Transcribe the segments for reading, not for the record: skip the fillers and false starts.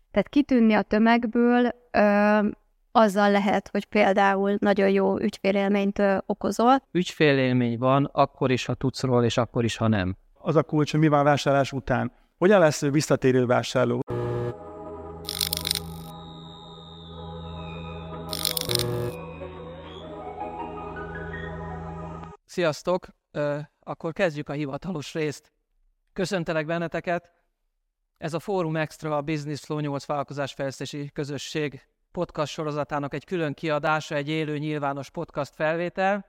Tehát kitűnni a tömegből azzal lehet, hogy például nagyon jó ügyfélélményt okozol. Ügyfélélmény van, akkor is, ha tudsz róla, és akkor is, ha nem. Az a kulcs, hogy mi van vásárlás után. Hogyan lesz visszatérő vásárló? Sziasztok! Akkor kezdjük a hivatalos részt. Köszöntelek benneteket! Ez a Fórum Extra, a Business Flow 8 vállalkozásfejlesztési közösség podcast sorozatának egy külön kiadása, egy élő nyilvános podcast felvétel.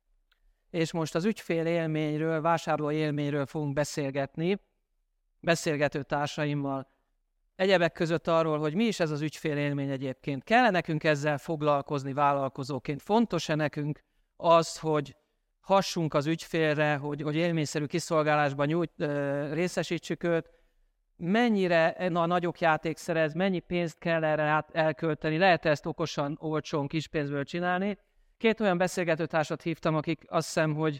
És most az ügyfélélményről, vásárló élményről fogunk beszélgetni, beszélgető társaimmal. Egyebek között arról, hogy mi is ez az ügyfélélmény egyébként. Kell nekünk ezzel foglalkozni vállalkozóként? Fontos-e nekünk az, hogy hassunk az ügyfélre, hogy élményszerű kiszolgálásban részesítsük őt, mennyire a nagyok játékszere, mennyi pénzt kell erre elkölteni, lehet ezt okosan, olcsón, kis pénzből csinálni. Két olyan beszélgetőtársat hívtam, akik azt hiszem, hogy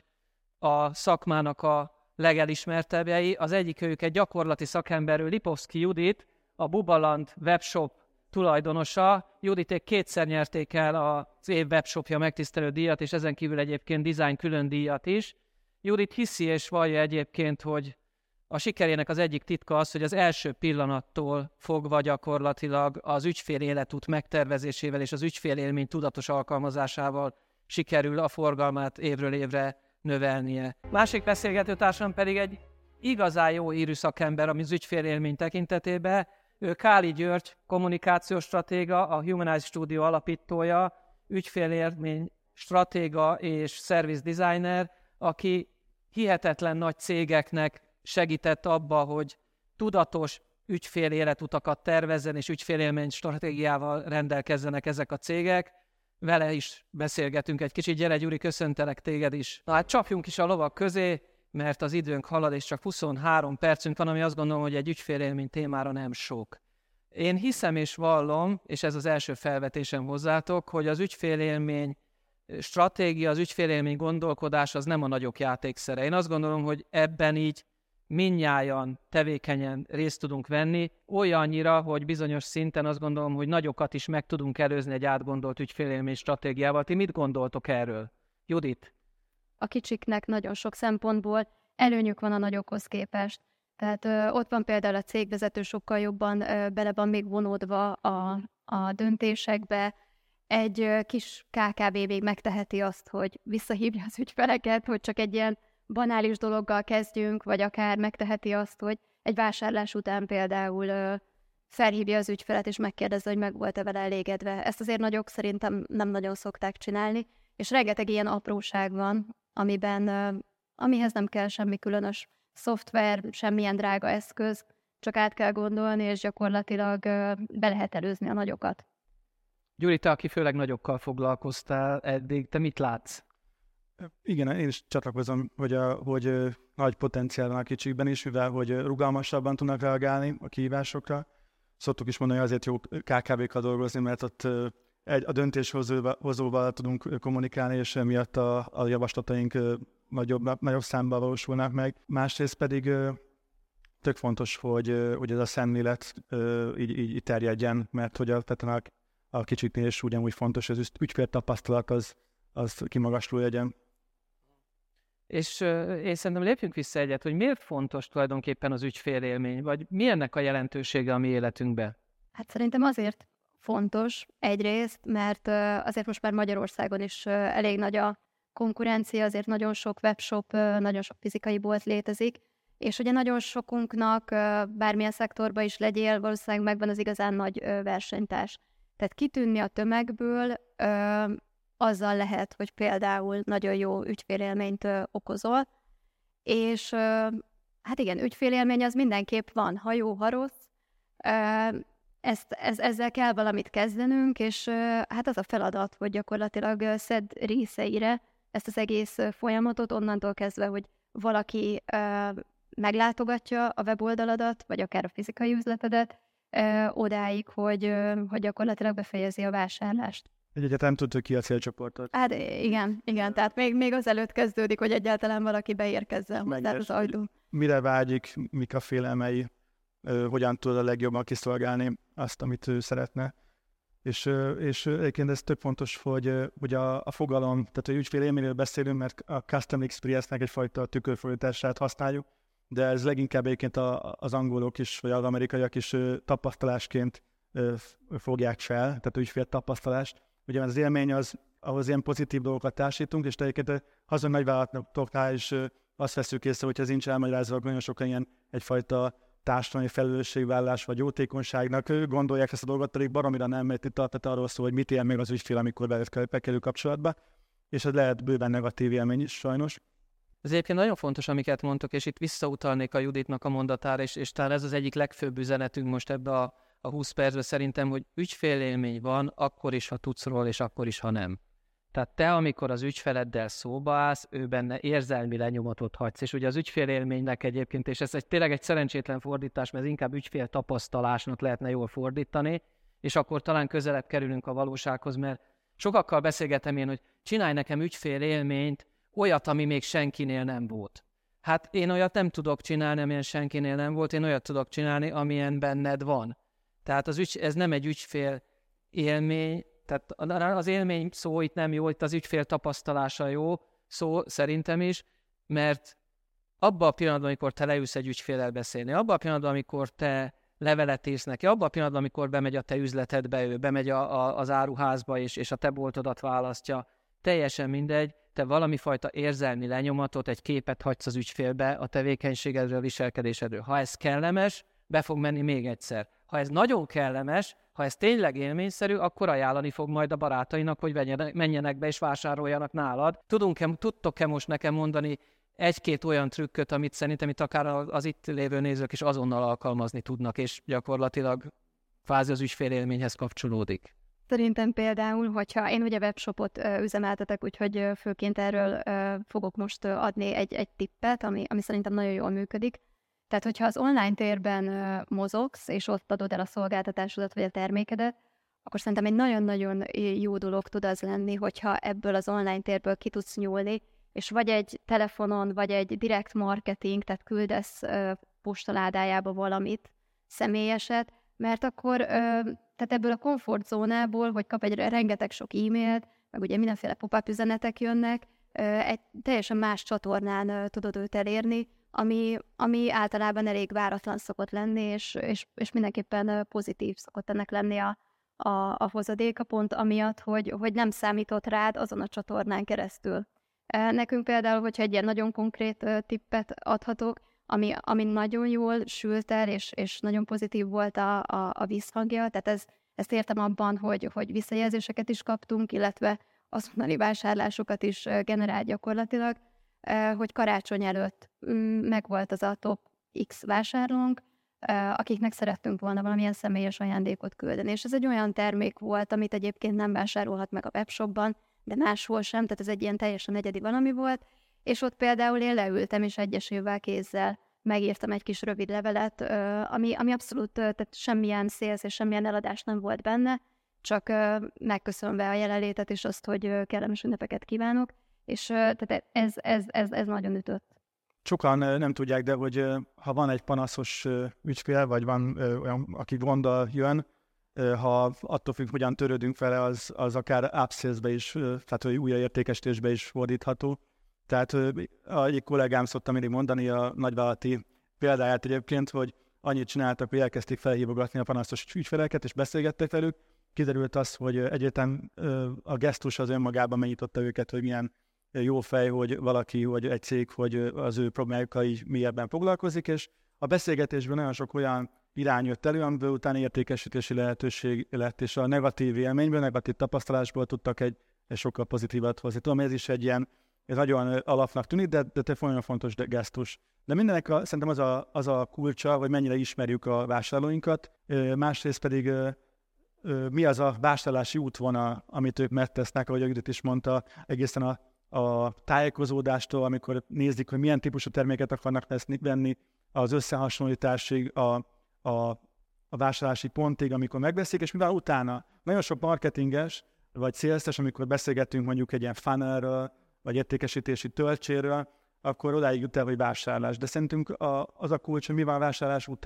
a szakmának a legelismertebbjei. Az egyik ők egy gyakorlati szakemberről, Lipovszky Judit, a Bubaland webshop tulajdonosa. Juditék kétszer nyerték el az év webshopja megtisztelő díjat, és ezen kívül egyébként design külön díjat is. Judit hiszi és vallja egyébként, hogy a sikerének az egyik titka az, hogy az első pillanattól fogva gyakorlatilag az ügyfél életút megtervezésével és az ügyfélélmény tudatos alkalmazásával sikerül a forgalmát évről évre növelnie. Másik beszélgetőtársam pedig egy igazán jó hírű szakember az ügyfélélmény tekintetében. Ő Káli György, kommunikációs stratéga, a Humanize Studio alapítója, ügyfélélmény stratéga és service designer, aki hihetetlen nagy cégeknek segített abba, hogy tudatos ügyfél életutakat tervezzen, és ügyfélélmény stratégiával rendelkezzenek ezek a cégek. Vele is beszélgetünk egy kicsit. Gyere, Gyuri, köszöntelek téged is. Na hát csapjunk is a lovak közé, mert az időnk halad, és csak 23 percünk van, ami azt gondolom, hogy egy ügyfélélmény témára nem sok. Én hiszem és vallom, és ez az első felvetésem hozzátok, hogy az ügyfélélmény stratégia, az ügyfélélmény gondolkodás az nem a nagyok játékszere. Én azt gondolom, hogy ebben így mindnyájan tevékenyen részt tudunk venni, olyannyira, hogy bizonyos szinten azt gondolom, hogy nagyokat is meg tudunk előzni egy átgondolt ügyfélélmény stratégiával. Ti mit gondoltok erről? Judit? A kicsiknek nagyon sok szempontból előnyük van a nagyokhoz képest. Tehát ott van például a cégvezető sokkal jobban bele van még vonódva a döntésekbe. Egy kis KKV még megteheti azt, hogy visszahívja az ügyfeleket, hogy csak egy ilyen banális dologgal kezdjünk, vagy akár megteheti azt, hogy egy vásárlás után például felhívja az ügyfelet, és megkérdezze, hogy meg volt-e vele elégedve. Ezt azért nagyok szerintem nem nagyon szokták csinálni, és rengeteg ilyen apróság van, amihez nem kell semmi különös szoftver, semmilyen drága eszköz, csak át kell gondolni, és gyakorlatilag be lehet előzni a nagyokat. Gyuri, te, aki főleg nagyokkal foglalkoztál eddig, te mit látsz? Igen, én is csatlakozom, hogy nagy potenciál van a kicsikben is, mivel hogy rugalmasabban tudnak reagálni a kihívásokra. Szoktuk is mondani, hogy azért jó KKV-kkal dolgozni, mert ott a döntéshozóval tudunk kommunikálni, és miatt a javaslataink nagyobb számban valósulnak meg. Másrészt pedig tök fontos, hogy ez a szemlélet így terjedjen, mert hogy a kicsiknél is ugyanúgy fontos, hogy az ügyféltapasztalat az kimagasló legyen. És én szerintem lépjünk vissza egyet, hogy miért fontos tulajdonképpen az ügyfélélmény, vagy mi ennek a jelentősége a mi életünkben? Hát szerintem azért fontos egyrészt, mert azért most már Magyarországon is elég nagy a konkurencia, azért nagyon sok webshop, nagyon sok fizikai bolt létezik, és ugye nagyon sokunknak, bármilyen szektorban is legyél, valószínűleg megvan az igazán nagy versenytárs. Tehát kitűnni a tömegből azzal lehet, hogy például nagyon jó ügyfélélményt okozol, és hát igen, ügyfélélmény az mindenképp van, ha jó, ha rossz. Ezzel kell valamit kezdenünk, és hát az a feladat, hogy gyakorlatilag szedd részeire ezt az egész folyamatot, onnantól kezdve, hogy valaki meglátogatja a weboldaladat, vagy akár a fizikai üzletedet, odáig, hogy gyakorlatilag befejezi a vásárlást. Egyáltalán nem tudtuk ki a célcsoportot. Hát igen, tehát még azelőtt kezdődik, hogy egyáltalán valaki beérkezzen hozzá az ajtón. Mire vágyik, mik a félelmei, hogyan tud a legjobban kiszolgálni azt, amit ő szeretne. És egyébként ez tök fontos, hogy a fogalom, tehát hogy ügyfélélményről beszélünk, mert a Custom Experience-nek egyfajta tükörfordítását használjuk, de ez leginkább egyébként az angolok is, vagy az amerikaiak is tapasztalásként fogják fel, tehát ügyfél tapasztalást. Ugye az élmény ahhoz ilyen pozitív dolgokat társítunk, és egyébként azon nagyvállalatoknál is azt veszük észre, hogy ez nincs elmagyarázva, akkor nagyon sokan ilyen egyfajta társadalmi felelősségvállalás vagy jótékonyságnak gondolják ezt a dolgot, pedig baromira nem, mert itt arról szól, hogy mit él meg az ügyfél, amikor veled bekerül kapcsolatba, és ez lehet bőven negatív élmény is sajnos. Ez egyébként nagyon fontos, amiket mondtok, és itt visszautalnék a Juditnak a mondatára, és talán ez az egyik legfőbb üzenetünk most ebbe a 20 percben szerintem, hogy ügyfélélmény van, akkor is, ha tudsz róla, és akkor is, ha nem. Tehát te, amikor az ügyfeleddel szóba állsz, ő benne érzelmi lenyomatot hagysz. És ugye az ügyfélélménynek egyébként, és ez tényleg egy szerencsétlen fordítás, mert ez inkább ügyfél tapasztalásnak lehetne jól fordítani, és akkor talán közelebb kerülünk a valósághoz, mert sokakkal beszélgetem én, hogy csinálj nekem ügyfélélményt, olyat, ami még senkinél nem volt. Hát én olyat nem tudok csinálni, amilyen senkinél nem volt, én olyat tudok csinálni, amilyen benned van. Tehát ez nem egy ügyfél élmény, tehát az élmény szó itt nem jó, itt az ügyfél tapasztalása jó szó szerintem is, mert abban a pillanatban, amikor te leülsz egy ügyféllel beszélni, abban a pillanatban, amikor te levelet írsz neki, abban a pillanatban, amikor bemegy a te üzletedbe, ő bemegy az áruházba és a te boltodat választja, teljesen mindegy, te valami fajta érzelmi lenyomatot, egy képet hagysz az ügyfélbe a tevékenységedről, viselkedésedről. Ha ez kellemes, be fog menni még egyszer. Ha ez nagyon kellemes, ha ez tényleg élményszerű, akkor ajánlani fog majd a barátainak, hogy menjenek be és vásároljanak nálad. Tudtok-e most nekem mondani egy-két olyan trükköt, amit szerintem itt akár az itt lévő nézők is azonnal alkalmazni tudnak, és gyakorlatilag kvázi az ügyfélélményhez kapcsolódik? Szerintem például, hogyha én ugye webshopot üzemeltetek, úgyhogy főként erről fogok most adni egy tippet, ami szerintem nagyon jól működik. Tehát, hogyha az online térben mozogsz, és ott adod el a szolgáltatásodat, vagy a termékedet, akkor szerintem egy nagyon-nagyon jó dolog tud az lenni, hogyha ebből az online térből ki tudsz nyúlni, és vagy egy telefonon, vagy egy direct marketing, tehát küldesz postaládájába valamit személyeset, mert akkor tehát ebből a komfortzónából, hogy kap egy rengeteg sok e-mailt, meg ugye mindenféle pop-up üzenetek jönnek, egy teljesen más csatornán tudod őt elérni, ami általában elég váratlan szokott lenni, és mindenképpen pozitív szokott ennek lenni a hozadéka pont amiatt, hogy nem számított rád azon a csatornán keresztül. Nekünk például, hogyha egy ilyen nagyon konkrét tippet adhatok, ami nagyon jól sült el, és nagyon pozitív volt a visszhangja, tehát ezt értem abban, hogy visszajelzéseket is kaptunk, illetve azonnali vásárlásokat is generál gyakorlatilag, hogy karácsony előtt megvolt az a top X vásárlónk, akiknek szerettünk volna valamilyen személyes ajándékot küldeni. És ez egy olyan termék volt, amit egyébként nem vásárolhat meg a webshopban, de máshol sem, tehát ez egy ilyen teljesen egyedi valami volt, és ott például én leültem, és egyesével kézzel megírtam egy kis rövid levelet, ami abszolút, tehát semmilyen sales és semmilyen eladás nem volt benne, csak megköszönve a jelenlétet, és azt, hogy kellemes ünnepeket kívánok, és tehát ez nagyon ütött. Sokan nem tudják, de hogy ha van egy panaszos ügyfél, vagy van olyan, aki gonddal jön, ha attól függ, hogyan törődünk vele, az akár upsales-be is, tehát hogy újraértékesítésbe is fordítható. Tehát egyik kollégám szokta mindig mondani a nagyvállalati példáját egyébként, hogy annyit csináltak, hogy elkezdték felhívogatni a panaszos ügyfeleket, és beszélgettek velük. Kiderült az, hogy egyáltalán a gesztus az önmagában megnyitotta őket, hogy milyen jó fej, hogy valaki, hogy egy cég, hogy az ő problémájukkal így mélyebben foglalkozik, és a beszélgetésben nagyon sok olyan irány jött elő, amiből utána értékesítési lehetőség lett, és a negatív élményből, negatív tapasztalásból tudtak egy sokkal pozitívat hozni. Tudom, ez is egy ilyen nagyon alapnak tűnik, de nagyon fontos gesztus. De mindenek szerintem az a kulcsa, hogy mennyire ismerjük a vásárlóinkat, másrészt pedig mi az a vásárlási útvonal, amit ők megtesznek, ahogy Judit is mondta, egészen a tájékozódástól, amikor nézik, hogy milyen típusú terméket akarnak venni, az összehasonlításig, a vásárlási pontig, amikor megveszik, és mivel utána nagyon sok marketinges, vagy szélszes, amikor beszélgetünk mondjuk egy ilyen funnelről, vagy értékesítési töltséről, akkor odáig jut el, hogy vásárlás. De szerintünk az a kulcs, hogy mi van a vásárlás után.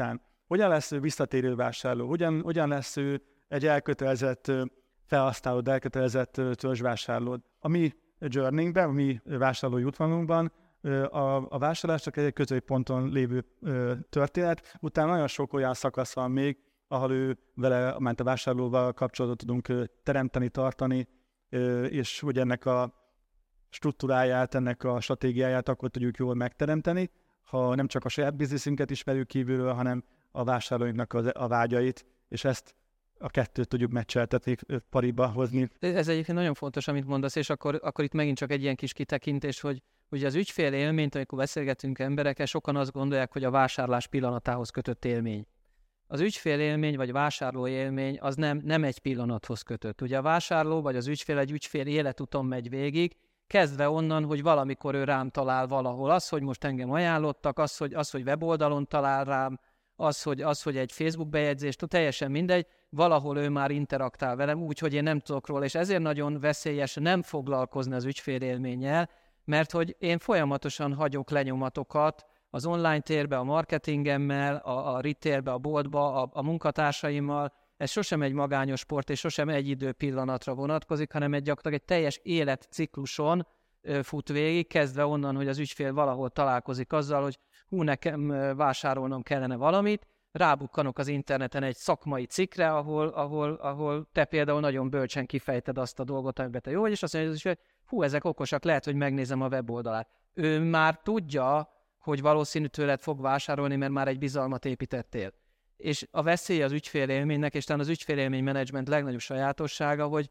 hogyan lesz ő visszatérő vásárló, hogyan lesz ő egy elkötelezett felhasználód, elkötelezett törzsvásárlód. A mi journey-ben, a mi vásárlói útvonalunkban a vásárlás csak egy középponton lévő történet, utána nagyon sok olyan szakasz van még, ahol ő vele, ment a vásárlóval kapcsolatot tudunk teremteni, tartani, és hogy ennek a struktúráját, ennek a stratégiáját akkor tudjuk jól megteremteni, ha nem csak a saját bizniszünket ismerjük kívülről, hanem a vásárlóinknak a vágyait, és ezt a kettőt tudjuk meccseltetni, pariba hozni. Ez egyébként nagyon fontos, amit mondasz, és akkor itt megint csak egy ilyen kis kitekintés, hogy ugye az ügyfél élményt, amikor beszélgetünk emberekkel, sokan azt gondolják, hogy a vásárlás pillanatához kötött élmény. Az ügyfél élmény, vagy vásárló élmény az nem egy pillanathoz kötött. Ugye a vásárló, vagy az ügyfél egy ügyfél életúton megy végig, kezdve onnan, hogy valamikor ő rám talál valahol. Az, hogy most engem ajánlottak, az, hogy weboldalon talál rám, az, hogy egy Facebook bejegyzést, teljesen mindegy, valahol ő már interaktál velem, úgyhogy én nem tudok róla, és ezért nagyon veszélyes nem foglalkozni az ügyfélélménnyel, mert hogy én folyamatosan hagyok lenyomatokat az online térbe, a marketingemmel, a retailbe, a boltba, a munkatársaimmal. Ez sosem egy magányos sport, és sosem egy időpillanatra vonatkozik, hanem gyakorlatilag egy teljes életcikluson fut végig, kezdve onnan, hogy az ügyfél valahol találkozik azzal, hogy nekem vásárolnom kellene valamit, rábukkanok az interneten egy szakmai cikkre, ahol te például nagyon bölcsen kifejted azt a dolgot, amiben te jó vagy, és azt mondja, hogy ezek okosak, lehet, hogy megnézem a weboldalát. Ő már tudja, hogy valószínű tőled fog vásárolni, mert már egy bizalmat építettél. És a veszély az ügyfélélménynek, és talán az ügyfélélmény menedzsment legnagyobb sajátossága, hogy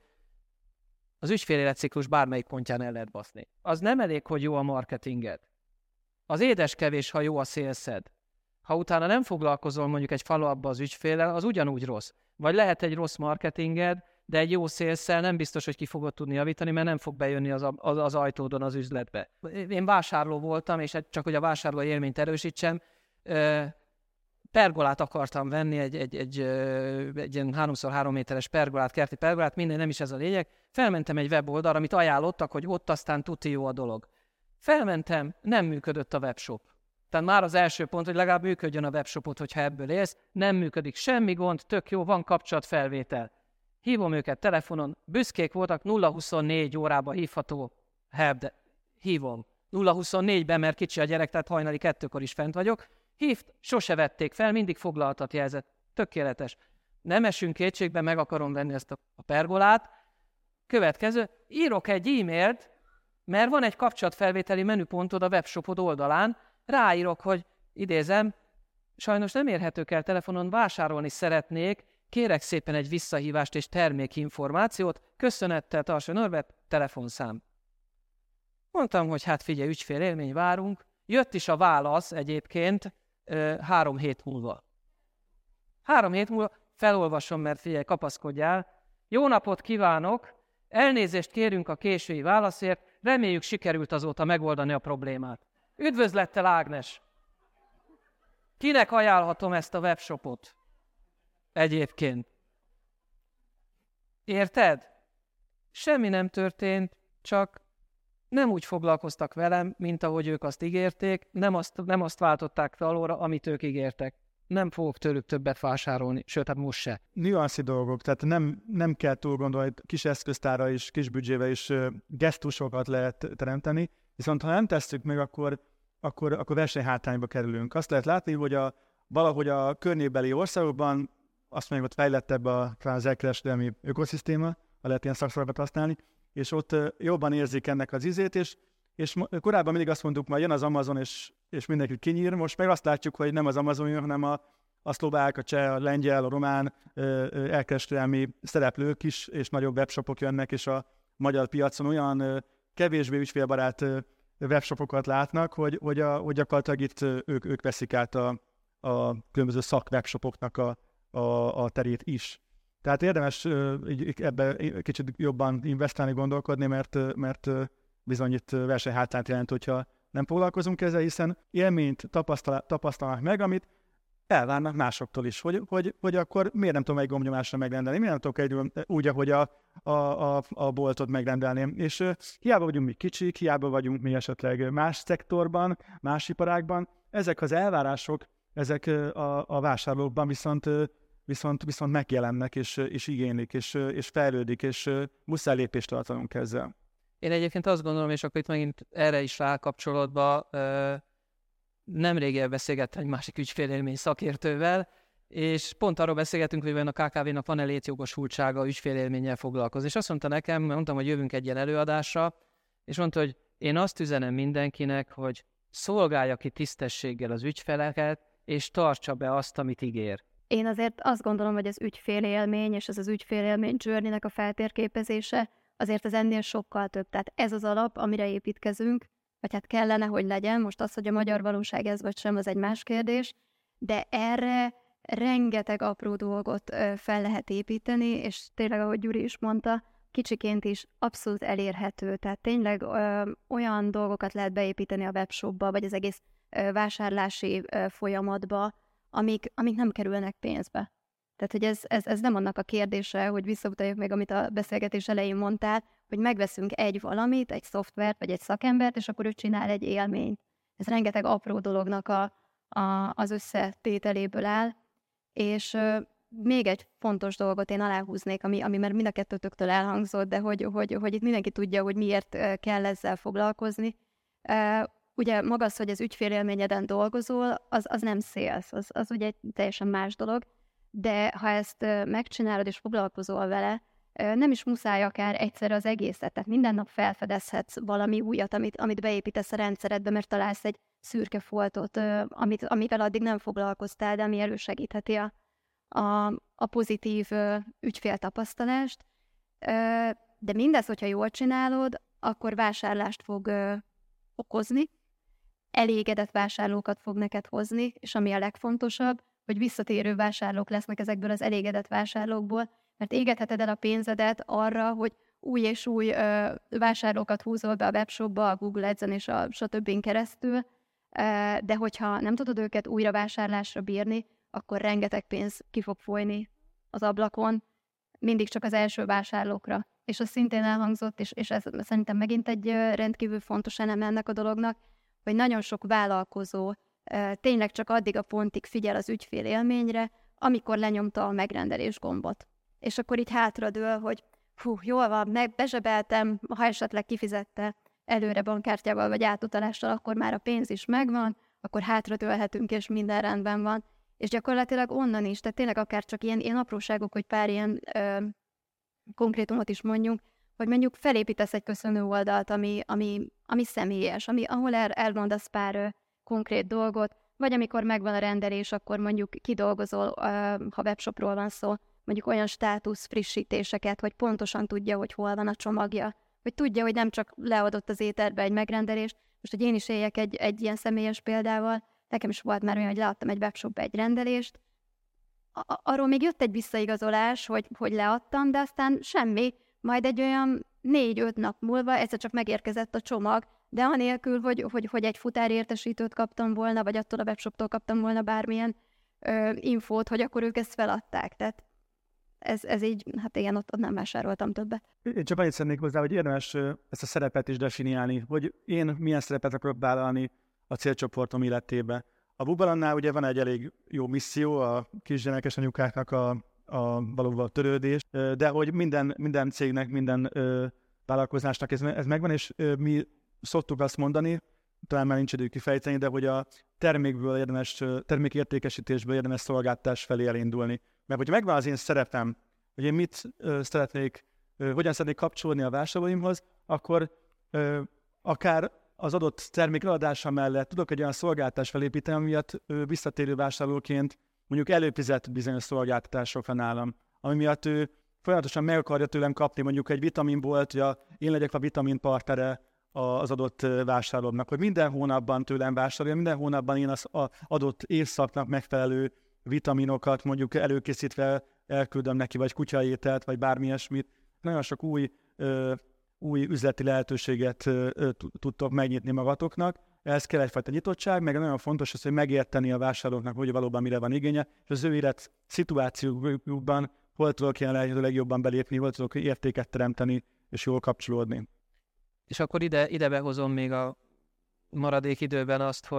az ügyféléletciklus bármelyik pontján el lehet baszni. Az nem elég, hogy jó a marketinged. Az édes kevés, ha jó a szélszed. Ha utána nem foglalkozol mondjuk egy follow-upba az ügyféllel, az ugyanúgy rossz. Vagy lehet egy rossz marketinged, de egy jó szélszel nem biztos, hogy ki fogod tudni javítani, mert nem fog bejönni az ajtódon az üzletbe. Én vásárló voltam, és csak hogy a vásárló élményt erősítsem, pergolát akartam venni, egy ilyen 3x3 méteres pergolát, kerti pergolát, minden, nem is ez a lényeg. Felmentem egy weboldalra, amit ajánlottak, hogy ott aztán tuti jó a dolog. Felmentem, nem működött a webshop. Tehát már az első pont, hogy legalább működjön a webshopot, hogyha ebből élsz, nem működik, semmi gond, tök jó, van kapcsolatfelvétel. Hívom őket telefonon, büszkék voltak, 0-24 órában hívható help, de hívom. 0-24-ben, mert kicsi a gyerek, tehát hajnali 2-kor is fent vagyok. Hívt, sose vették fel, mindig foglaltat jelzett. Tökéletes. Nem esünk kétségbe, meg akarom venni ezt a pergolát. Következő, írok egy e-mailt, mert van egy kapcsolatfelvételi menüpontod a webshopod oldalán, ráírok, hogy idézem, sajnos nem érhetők el telefonon, vásárolni szeretnék, kérek szépen egy visszahívást és termékinformációt, köszönettel Tarsai Norbert, telefonszám. Mondtam, hogy hát figyelj, ügyfélélmény, várunk. Jött is a válasz egyébként 3 hét múlva. 3 hét múlva felolvasom, mert figyelj, kapaszkodjál. Jó napot kívánok! Elnézést kérünk a késői válaszért, reméljük sikerült azóta megoldani a problémát. Üdvözlettel, Ágnes! Kinek ajánlhatom ezt a webshopot? Egyébként. Érted? Semmi nem történt, csak nem úgy foglalkoztak velem, mint ahogy ők azt ígérték, nem azt váltották fel alóra, amit ők ígértek. Nem fogok tőlük többet vásárolni, sőt, hát most se. Nüanszi dolgok, tehát nem kell túl gondolni, kis eszköztára és kis büdzsével is gesztusokat lehet teremteni, viszont ha nem tesszük meg, akkor versenyhátrányba kerülünk. Azt lehet látni, hogy valahogy a környébeli országokban, azt mondjuk, ott fejlettebb az elkereskedelmi ökoszisztéma, ha lehet ilyen szakszavakat használni, és ott jobban érzik ennek az ízét, és korábban mindig azt mondtuk, majd jön az Amazon, és mindenki kinyír, most meg azt látjuk, hogy nem az Amazon jön, hanem a szlovák, a cseh, a lengyel, a román elkereskedelmi szereplők is, és nagyobb webshopok jönnek, és a magyar piacon olyan kevésbé ügyfélbarát webshopokat látnak, hogy gyakorlatilag itt ők veszik át a különböző szakwebshopoknak a terét is. Tehát érdemes ebbe kicsit jobban investálni, gondolkodni, mert bizony itt versenyhátrányt jelent, hogyha nem foglalkozunk ezzel, hiszen élményt tapasztalnak meg, amit elvárnak másoktól is, hogy akkor miért nem tudom egy gombnyomásra megrendelni, miért nem tudok úgy, ahogy a boltot megrendelni. És hiába vagyunk mi kicsik, hiába vagyunk mi esetleg más szektorban, más iparágban, ezek az elvárások ezek a vásárlókban viszont megjelennek, és igénylik, és fejlődik, és muszáj lépést tartanunk ezzel. Én egyébként azt gondolom, és akkor itt megint erre is rákapcsolódva, nemrég beszélgettem egy másik ügyfélélmény szakértővel, és pont arról beszélgetünk, hogy a KKV-nak van-e létjogosultsága ügyfélélménnyel foglalkozni. És azt mondta nekem, mondtam, hogy jövünk egy ilyen előadásra, és mondta, hogy én azt üzenem mindenkinek, hogy szolgálja ki tisztességgel az ügyfeleket, és tartsa be azt, amit ígér. Én azért azt gondolom, hogy az ügyfélélmény és az ügyfélélmény journey-nek a feltérképezése azért az ennél sokkal több. Tehát ez az alap, amire építkezünk, vagy hát kellene, hogy legyen. Most az, hogy a magyar valóság ez vagy sem, az egy más kérdés, de erre rengeteg apró dolgot fel lehet építeni, és tényleg, ahogy Gyuri is mondta, kicsiként is abszolút elérhető. Tehát tényleg olyan dolgokat lehet beépíteni a webshopba, vagy az egész vásárlási folyamatba, amik nem kerülnek pénzbe. Tehát, hogy ez nem annak a kérdése, hogy visszautaljak még, amit a beszélgetés elején mondtál, hogy megveszünk egy valamit, egy szoftvert, vagy egy szakembert, és akkor ő csinál egy élményt. Ez rengeteg apró dolognak az összetételéből áll, és még egy fontos dolgot én aláhúznék, ami már mind a kettőtöktől elhangzott, de hogy itt mindenki tudja, hogy miért kell ezzel foglalkozni. Ugye maga az, hogy az ügyfélélményeden dolgozol, az nem sales, az ugye egy teljesen más dolog, de ha ezt megcsinálod és foglalkozol vele, nem is muszáj akár egyszerre az egészet, tehát minden nap felfedezhetsz valami újat, amit beépítesz a rendszeredbe, mert találsz egy szürke foltot, amivel addig nem foglalkoztál, de ami elősegítheti a pozitív ügyféltapasztalást. De mindez, hogyha jól csinálod, akkor vásárlást fog okozni, elégedett vásárlókat fog neked hozni, és ami a legfontosabb, hogy visszatérő vásárlók lesznek ezekből az elégedett vásárlókból, mert égetheted el a pénzedet arra, hogy új és új vásárlókat húzol be a webshopba, a Google Ads-en és a stb. Keresztül, de hogyha nem tudod őket újra vásárlásra bírni, akkor rengeteg pénz ki fog folyni az ablakon, mindig csak az első vásárlókra. És az szintén elhangzott, és ez szerintem megint egy rendkívül fontos eleme ennek a dolognak, hogy nagyon sok vállalkozó tényleg csak addig a pontig figyel az ügyfél élményre, amikor lenyomta a megrendelés gombot. És akkor így hátradől, hogy jól van, bezsebeltem, ha esetleg kifizette előre bankkártyával vagy átutalással, akkor már a pénz is megvan, akkor hátradőlhetünk, és minden rendben van. És gyakorlatilag onnan is, tehát tényleg akár csak ilyen apróságok, hogy pár ilyen konkrétumot is mondjunk, hogy mondjuk felépítesz egy köszönő oldalt, ami személyes, ahol elmondasz pár konkrét dolgot, vagy amikor megvan a rendelés, akkor mondjuk kidolgozol, ha webshopról van szó, mondjuk olyan státusz frissítéseket, hogy pontosan tudja, hogy hol van a csomagja, hogy tudja, hogy nem csak leadott az éterbe egy megrendelést. Most, hogy én is éljek egy ilyen személyes példával, nekem is volt már olyan, hogy leadtam egy webshopba egy rendelést, arról még jött egy visszaigazolás, hogy leadtam, de aztán semmi, majd egy olyan 4-5 nap múlva egyszer csak megérkezett a csomag, de anélkül, hogy egy futárértesítőt kaptam volna, vagy attól a webshoptól kaptam volna bármilyen infót, hogy akkor ők ezt feladták. Tehát ez így, hát igen, ott nem vásároltam többet. Én csak annyit szeretnék hozzá, hogy érdemes ezt a szerepet is definiálni, hogy én milyen szerepet akarok vállalni a célcsoportom életébe. A Bubalannál ugye van egy elég jó misszió, a kisgyermekes anyukáknak a valóban törődés, de hogy minden cégnek, minden vállalkozásnak ez megvan, és mi szoktuk azt mondani, talán már nincs idő kifejteni, de hogy a termékértékesítésből érdemes szolgáltatás felé elindulni. Mert hogyha megvan az én szerepem, hogy én hogyan szeretnék kapcsolódni a vásárlóimhoz, akkor akár az adott termék eladása mellett tudok egy olyan szolgáltatást felépíteni, amiatt visszatérő vásárlóként mondjuk előfizet bizonyos szolgáltatásokra nálam, ami miatt ő folyamatosan meg akarja tőlem kapni mondjuk egy vitaminbolt, hogy én legyek a vitaminpartnere az adott vásárlónak, hogy minden hónapban tőlem vásárolja, minden hónapban én az adott évszaknak megfelelő vitaminokat mondjuk előkészítve elküldöm neki, vagy kutyaételt, vagy bármi ilyesmit. Nagyon sok új üzleti lehetőséget tudtok megnyitni magatoknak. Ehhez kell egyfajta nyitottság, meg nagyon fontos az, hogy megérteni a vásárlóknak, hogy valóban mire van igénye, és az ő élet szituációkban hol tudok ilyen lehetőleg legjobban belépni, hol tudok értéket teremteni, és jól kapcsolódni. És akkor ide behozom még a maradék időben azt, hogy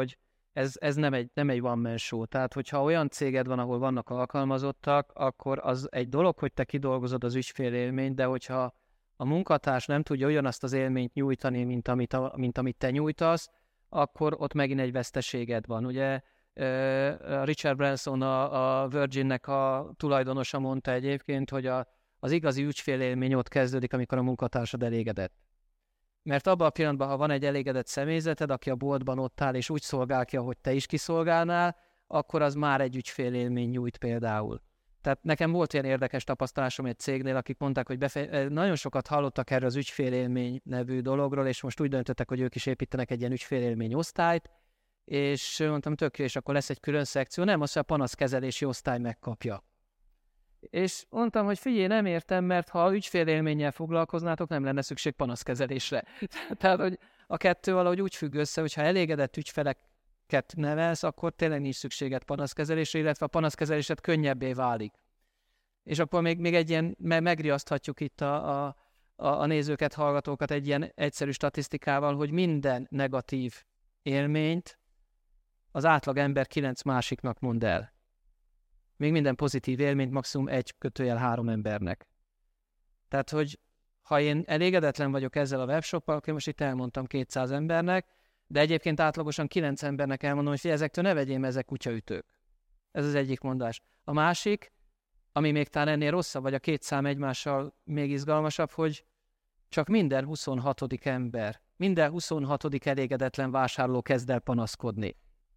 ez nem egy one-man show. Tehát, hogyha olyan céged van, ahol vannak alkalmazottak, akkor az egy dolog, hogy te kidolgozod az ügyfélélményt, de hogyha a munkatárs nem tudja ugyanazt az élményt nyújtani, mint amit te nyújtasz, akkor ott megint egy veszteséged van. Ugye Richard Branson, a Virginnek a tulajdonosa mondta egyébként, hogy az igazi ügyfélélmény ott kezdődik, amikor a munkatársad elégedett. Mert abban a pillanatban, ha van egy elégedett személyzeted, aki a boltban ott áll, és úgy szolgál ki, ahogy te is kiszolgálnál, akkor az már egy ügyfélélmény nyújt például. Tehát nekem volt ilyen érdekes tapasztalásom egy cégnél, akik mondták, hogy nagyon sokat hallottak erről az ügyfélélmény nevű dologról, és most úgy döntöttek, hogy ők is építenek egy ilyen ügyfélélmény osztályt, és mondtam, tök jó, és akkor lesz egy külön szekció. Nem, azt, hogy a panaszkezelési osztály megkapja. És mondtam, hogy figyelj, nem értem, mert ha ügyfélélménnyel foglalkoznátok, nem lenne szükség panaszkezelésre. Tehát, hogy a kettő valahogy úgy függ össze, hogy ha elégedett ügyfeleket nevelsz, akkor tényleg nincs szükséged panaszkezelésre, illetve a panaszkezelésed könnyebbé válik. És akkor még egy ilyen, megriaszthatjuk itt a nézőket, hallgatókat egy ilyen egyszerű statisztikával, hogy minden negatív élményt az átlag ember 9 másiknak mond el. Még minden pozitív élményt maximum 1/3 embernek. Tehát, hogy ha én elégedetlen vagyok ezzel a webshoppal, akkor most itt elmondtam 200 embernek, de egyébként átlagosan 9 embernek elmondom, hogy ezektől ne vegyél, ezek kutyaütők. Ez az egyik mondás. A másik, ami még talán ennél rosszabb, vagy a két szám egymással még izgalmasabb, hogy csak minden 26. ember, minden 26. elégedetlen vásárló kezd el panaszkodni.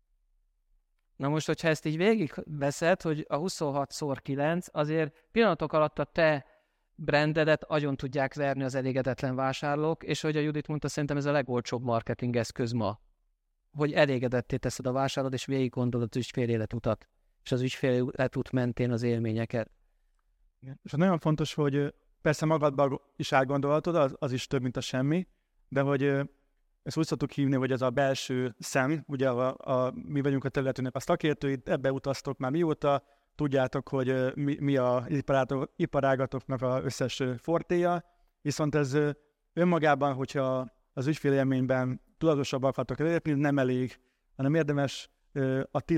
Na most, hogyha ezt így végigveszed, hogy a 26x9 azért pillanatok alatt a te brandedet agyon tudják verni az elégedetlen vásárlók, és hogy a Judit mondta, szerintem ez a legolcsóbb marketing eszköz ma, hogy elégedetté teszed a vásárlót, és végig gondolod az ügyféléletutat, és az ügyféléletút mentén az élményeket. És nagyon fontos, hogy persze magadban is átgondolhatod, az is több, mint a semmi, de hogy ezt úgy szoktuk hívni, hogy ez a belső szem, ugye mi vagyunk a területünknek a szakértői, ebbe utaztok már mióta, tudjátok, hogy mi a iparágatoknak az összes fortéja, viszont ez önmagában, hogyha az ügyfélélményben tudatosabbak akartok elérni, nem elég, hanem érdemes a ti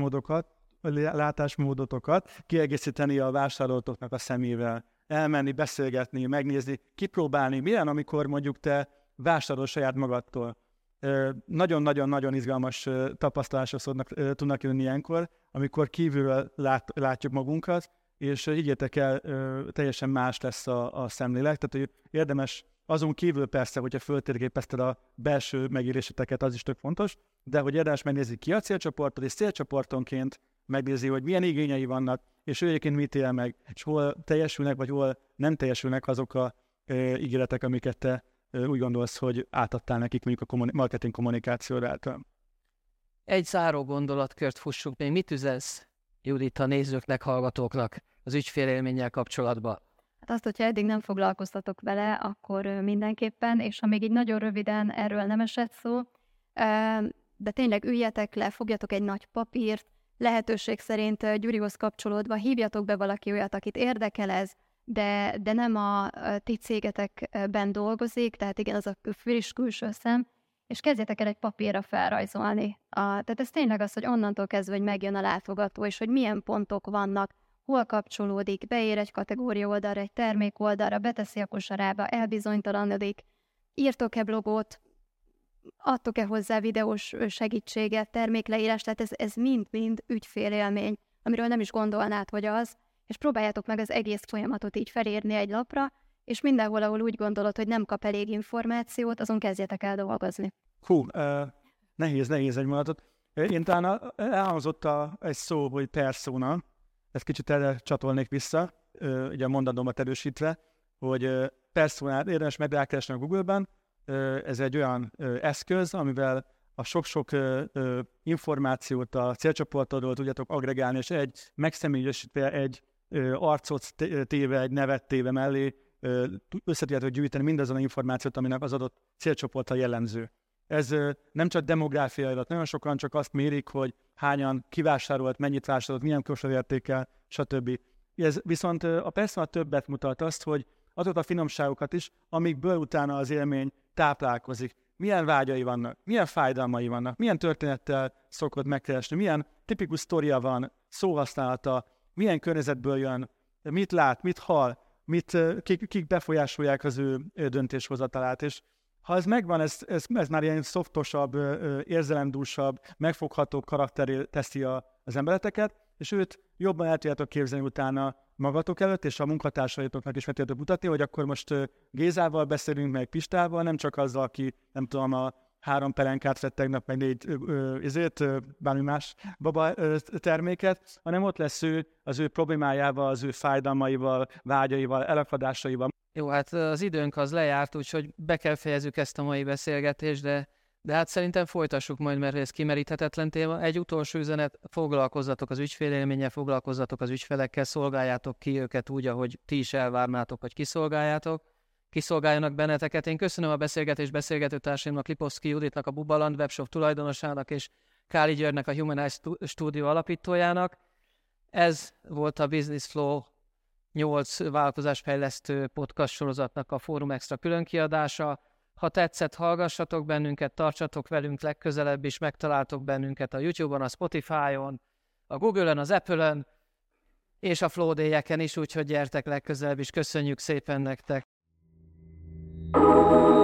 látásmódotokat kiegészíteni a vásárlótoknak a szemével, elmenni, beszélgetni, megnézni, kipróbálni, milyen, amikor mondjuk te vásárol saját magadtól. Nagyon-nagyon-nagyon izgalmas tapasztalások tudnak jönni ilyenkor, amikor kívülről látjuk magunkat, és higgyétek el, teljesen más lesz a szemlélet. Tehát, hogy érdemes azon kívül persze, hogyha föltérképezted a belső megéléseteket, az is tök fontos, de hogy érdemes megnézni ki a célcsoportod, és célcsoportonként megnézi, hogy milyen igényei vannak, és ő egyébként mit él meg, és hol teljesülnek, vagy hol nem teljesülnek azok a ígéretek, amiket te úgy gondolsz, hogy átadtál nekik mondjuk a marketing kommunikációra által. Egy záró gondolatkört fussunk még. Mit üzensz, Judit, a nézőknek, hallgatóknak az ügyfélélménnyel kapcsolatban? Hát azt, hogyha eddig nem foglalkoztatok vele, akkor mindenképpen, és ha még így nagyon röviden erről nem esett szó, de tényleg üljetek le, fogjatok egy nagy papírt, lehetőség szerint Gyurihoz kapcsolódva hívjatok be valaki olyat, akit érdekel ez, de nem a ti cégetekben dolgozik, tehát igen, az a friss külső szem, és kezdjetek el egy papírra felrajzolni. Tehát ez tényleg az, hogy onnantól kezdve, hogy megjön a látogató, és hogy milyen pontok vannak, hol kapcsolódik, beér egy kategória oldalra, egy termék oldalra, beteszi a kosarába, elbizonytalanodik, írtok-e blogot, adtok-e hozzá videós segítséget, termékleírás, tehát ez mind-mind ügyfélélmény, amiről nem is gondolnád, hogy az, és próbáljátok meg az egész folyamatot így felírni egy lapra, és mindenhol, ahol úgy gondolod, hogy nem kap elég információt, azon kezdjetek el dolgozni. Nehéz egy mondatot. Én talán elhangzott egy szó, hogy persona, ezt kicsit erre csatolnék vissza, ugye a mondandómat erősítve, hogy personát érdemes megrákeresni a Google-ben, ez egy olyan eszköz, amivel a sok-sok információt a célcsoportodról tudjátok aggregálni, és egy megszemélyesítve, egy arcot téve, egy nevet téve mellé össze tudjátok gyűjteni mindazon a információt, aminek az adott célcsoportra jellemző. Ez nem csak demográfiai adat, nagyon sokan csak azt mérik, hogy hányan kivásárolt, mennyit vásárolt, milyen kosarértékkel, stb. Ez viszont a persona többet mutat azt, hogy azokat a finomságokat is, amikből utána az élmény táplálkozik. milyen vágyai vannak, milyen fájdalmai vannak, milyen történettel szokott megkeresni, milyen tipikus sztoria van, szóhasználata, milyen környezetből jön, mit lát, mit hall, kik befolyásolják az ő döntéshozatalát. És ha ez megvan, ez már ilyen szoftosabb, érzelemdúsabb, megfoghatóbb karakteré teszi az embereteket, és őt jobban el tudjátok képzelni utána magatok előtt, és a munkatársaitoknak is meg tudjátok mutatni, hogy akkor most Gézával beszélünk, meg Pistával, nem csak azzal, aki nem tudom, a 3 pelenkát vett tegnap, meg 4 bármi más baba terméket, hanem ott lesz ő az ő problémájával, az ő fájdalmaival, vágyaival, elakadásaival. Jó, hát az időnk az lejárt, úgyhogy be kell fejezzük ezt a mai beszélgetést, de hát szerintem folytassuk majd, mert ez kimeríthetetlen téma. Egy utolsó üzenet, foglalkozzatok az ügyfélélménnyel, foglalkozzatok az ügyfelekkel, szolgáljátok ki őket úgy, ahogy ti is elvárnátok, hogy kiszolgáljanak benneteket. Én köszönöm a beszélgető társaimnak, Lipovszky Juditnak, a Bubaland webshop tulajdonosának, és Káli Györgynek, a Humanize Studio alapítójának. Ez volt a Business Flow 8 vállalkozásfejlesztő podcast sorozatnak a Fórum Extra különkiadása. Ha tetszett, hallgassatok bennünket, tartsatok velünk legközelebb is, megtaláltok bennünket a YouTube-on, a Spotify-on, a Google-on, az Apple-on, és a Flow Day-eken is, úgyhogy gyertek legközelebb is. Köszönjük szépen nektek!